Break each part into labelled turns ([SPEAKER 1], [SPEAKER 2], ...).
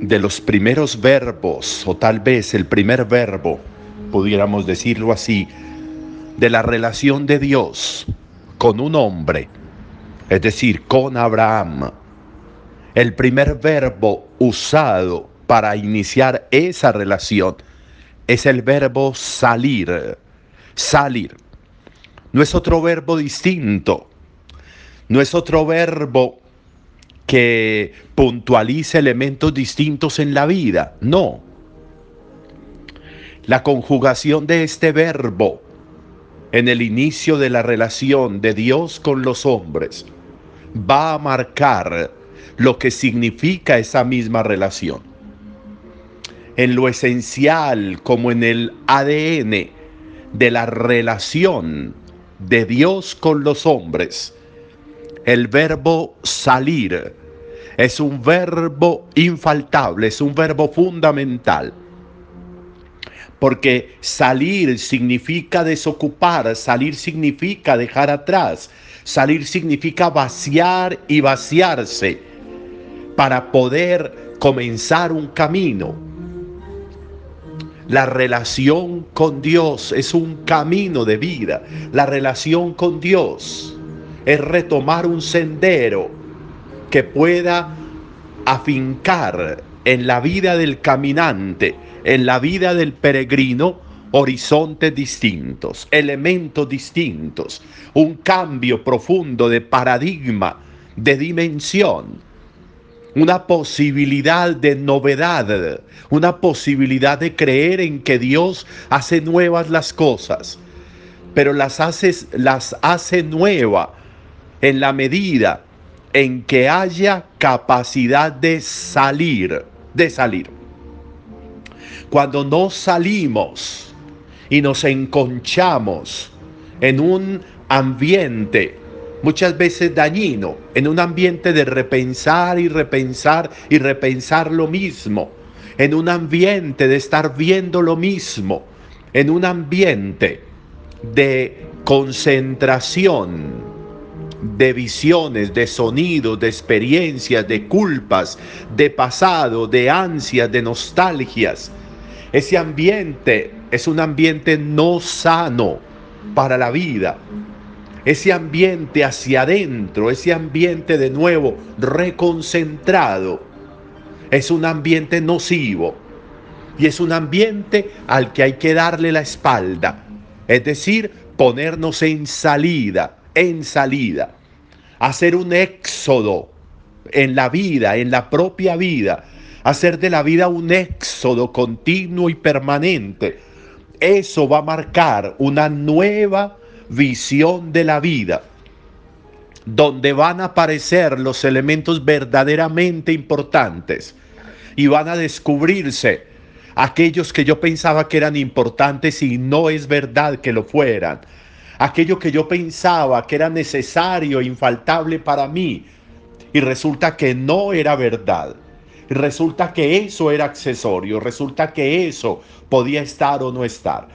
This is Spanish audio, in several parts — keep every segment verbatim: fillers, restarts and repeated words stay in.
[SPEAKER 1] de los primeros verbos, o tal vez el primer verbo, pudiéramos decirlo así, de la relación de Dios con un hombre, es decir, con Abraham. El primer verbo usado para iniciar esa relación es el verbo salir. Salir. No es otro verbo distinto. No es otro verbo que puntualice elementos distintos en la vida. No. La conjugación de este verbo en el inicio de la relación de Dios con los hombres va a marcar lo que significa esa misma relación. En lo esencial, como en el A D N de la relación de Dios con los hombres, el verbo salir es un verbo infaltable, es un verbo fundamental. Porque salir significa desocupar, salir significa dejar atrás, salir significa vaciar y vaciarse para poder comenzar un camino. La relación con Dios es un camino de vida. La relación con Dios es retomar un sendero que pueda afincar en la vida del caminante, en la vida del peregrino, horizontes distintos, elementos distintos, un cambio profundo de paradigma, de dimensión, una posibilidad de novedad, una posibilidad de creer en que Dios hace nuevas las cosas, pero las hace, las hace nueva en la medida en que haya capacidad de salir, de salir. Cuando no salimos y nos enconchamos en un ambiente muchas veces dañino, en un ambiente de repensar y repensar y repensar lo mismo, en un ambiente de estar viendo lo mismo, en un ambiente de concentración, de visiones, de sonidos, de experiencias, de culpas, de pasado, de ansias, de nostalgias. Ese ambiente es un ambiente no sano para la vida. Ese ambiente hacia adentro, ese ambiente de nuevo reconcentrado, es un ambiente nocivo y es un ambiente al que hay que darle la espalda, es decir, ponernos en salida, en salida, hacer un éxodo en la vida, en la propia vida, hacer de la vida un éxodo continuo y permanente. Eso va a marcar una nueva visión de la vida, donde van a aparecer los elementos verdaderamente importantes y van a descubrirse aquellos que yo pensaba que eran importantes y no es verdad que lo fueran, aquello que yo pensaba que era necesario e infaltable para mí y resulta que no era verdad, y resulta que eso era accesorio, resulta que eso podía estar o no estar.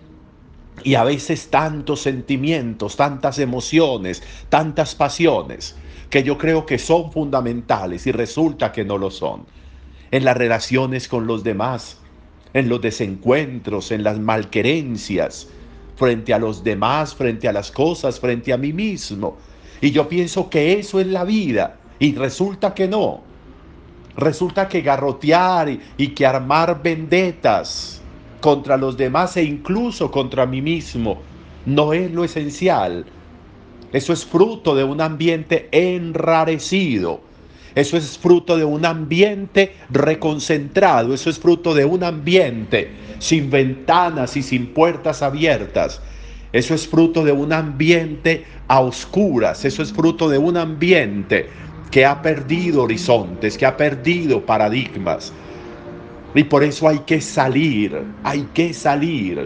[SPEAKER 1] Y a veces tantos sentimientos, tantas emociones, tantas pasiones, que yo creo que son fundamentales y resulta que no lo son. En las relaciones con los demás, en los desencuentros, en las malquerencias, frente a los demás, frente a las cosas, frente a mí mismo. Y yo pienso que eso es la vida y resulta que no. Resulta que garrotear y, y que armar vendetas contra los demás e incluso contra mí mismo no es lo esencial. Eso es fruto de un ambiente enrarecido. Eso es fruto de un ambiente reconcentrado. Eso es fruto de un ambiente sin ventanas y sin puertas abiertas. Eso es fruto de un ambiente a oscuras. Eso es fruto de un ambiente que ha perdido horizontes, que ha perdido paradigmas. Y por eso hay que salir, hay que salir.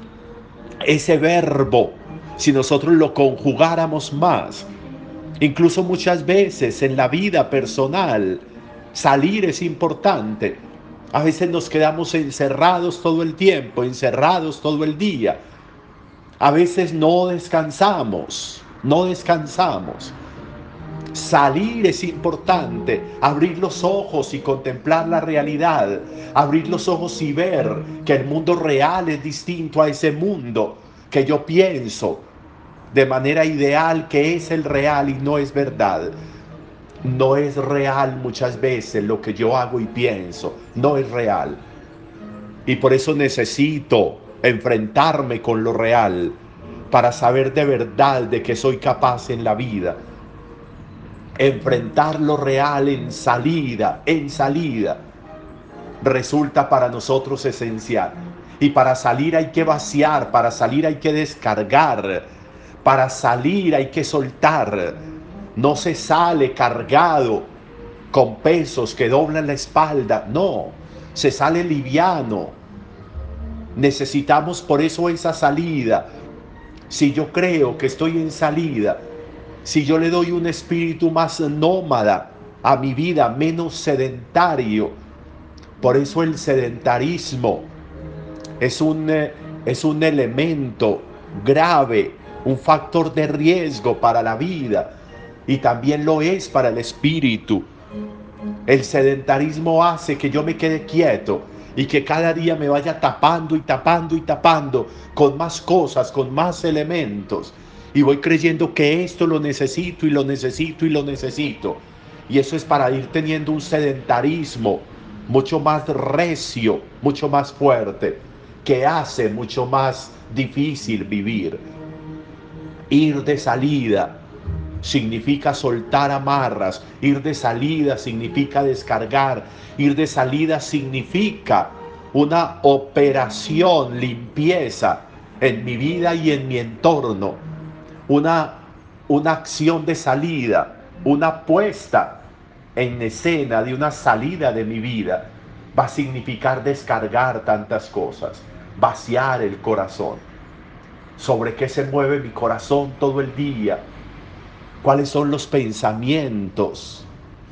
[SPEAKER 1] Ese verbo, si nosotros lo conjugáramos más, incluso muchas veces en la vida personal, salir es importante. A veces nos quedamos encerrados todo el tiempo, encerrados todo el día. A veces no descansamos, no descansamos. Salir es importante, abrir los ojos y contemplar la realidad, abrir los ojos y ver que el mundo real es distinto a ese mundo que yo pienso de manera ideal que es el real y no es verdad. No es real muchas veces lo que yo hago y pienso, no es real. Y por eso necesito enfrentarme con lo real para saber de verdad de que soy capaz en la vida. Enfrentar lo real en salida, en salida, resulta para nosotros esencial. Y para salir hay que vaciar, para salir hay que descargar, para salir hay que soltar. No se sale cargado con pesos que doblan la espalda, no, se sale liviano. Necesitamos por eso esa salida. Si yo creo que estoy en salida, si yo le doy un espíritu más nómada a mi vida, menos sedentario, por eso el sedentarismo es un, eh, es un elemento grave, un factor de riesgo para la vida y también lo es para el espíritu. El sedentarismo hace que yo me quede quieto y que cada día me vaya tapando y tapando y tapando con más cosas, con más elementos. Y voy creyendo que esto lo necesito y lo necesito y lo necesito. Y eso es para ir teniendo un sedentarismo mucho más recio, mucho más fuerte, que hace mucho más difícil vivir. Ir de salida significa soltar amarras, ir de salida significa descargar, ir de salida significa una operación, limpieza en mi vida y en mi entorno, una, una acción de salida, una puesta en escena de una salida de mi vida. Va a significar descargar tantas cosas, vaciar el corazón. ¿Sobre qué se mueve mi corazón todo el día? ¿Cuáles son los pensamientos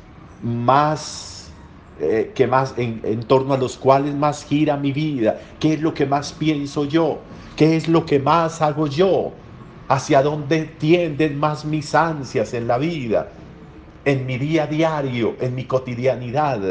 [SPEAKER 1] más eh, que más en, en torno a los cuales más gira mi vida? ¿Qué es lo que más pienso yo? ¿Qué es lo que más hago yo? ¿Hacia dónde tienden más mis ansias en la vida? En mi día a diario, en mi cotidianidad.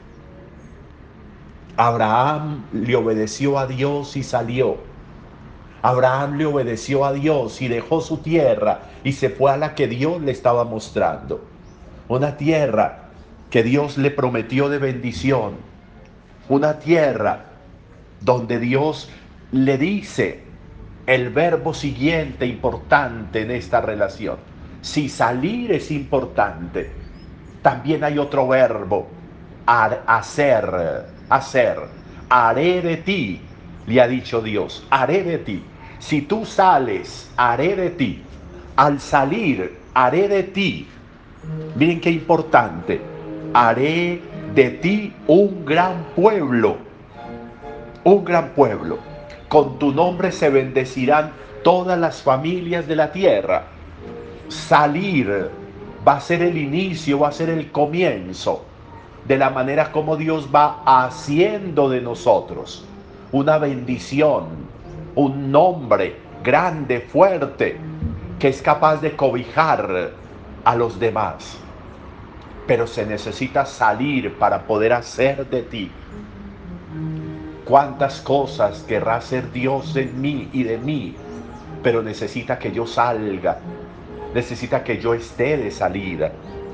[SPEAKER 1] Abraham le obedeció a Dios y salió. Abraham le obedeció a Dios y dejó su tierra y se fue a la que Dios le estaba mostrando. Una tierra que Dios le prometió de bendición. Una tierra donde Dios le dice el verbo siguiente importante en esta relación. Si salir es importante, también hay otro verbo, hacer, hacer. Haré de ti, le ha dicho Dios, haré de ti. Si tú sales, haré de ti. Al salir, haré de ti. Miren qué importante. Haré de ti un gran pueblo. Un gran pueblo. Con tu nombre se bendecirán todas las familias de la tierra. Salir va a ser el inicio, va a ser el comienzo de la manera como Dios va haciendo de nosotros una bendición, un nombre grande, fuerte, que es capaz de cobijar a los demás. Pero se necesita salir para poder hacer de ti. Cuántas cosas querrá hacer Dios en mí y de mí, pero necesita que yo salga, necesita que yo esté de salida.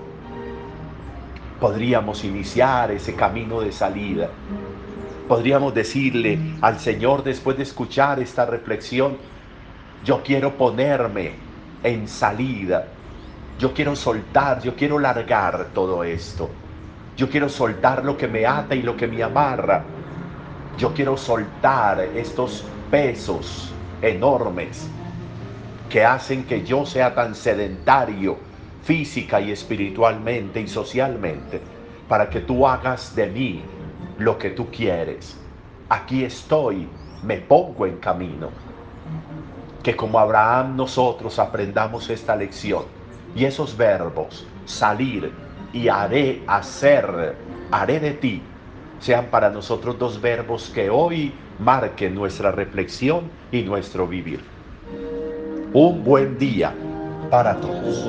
[SPEAKER 1] Podríamos iniciar ese camino de salida. Podríamos decirle al Señor después de escuchar esta reflexión: yo quiero ponerme en salida, yo quiero soltar, yo quiero largar todo esto, yo quiero soltar lo que me ata y lo que me amarra, yo quiero soltar estos pesos enormes que hacen que yo sea tan sedentario física y espiritualmente y socialmente, para que tú hagas de mí lo que tú quieres. Aquí estoy, me pongo en camino. Que como Abraham nosotros aprendamos esta lección y esos verbos, salir y haré, hacer, haré de ti, sean para nosotros dos verbos que hoy marquen nuestra reflexión y nuestro vivir. Un buen día para todos.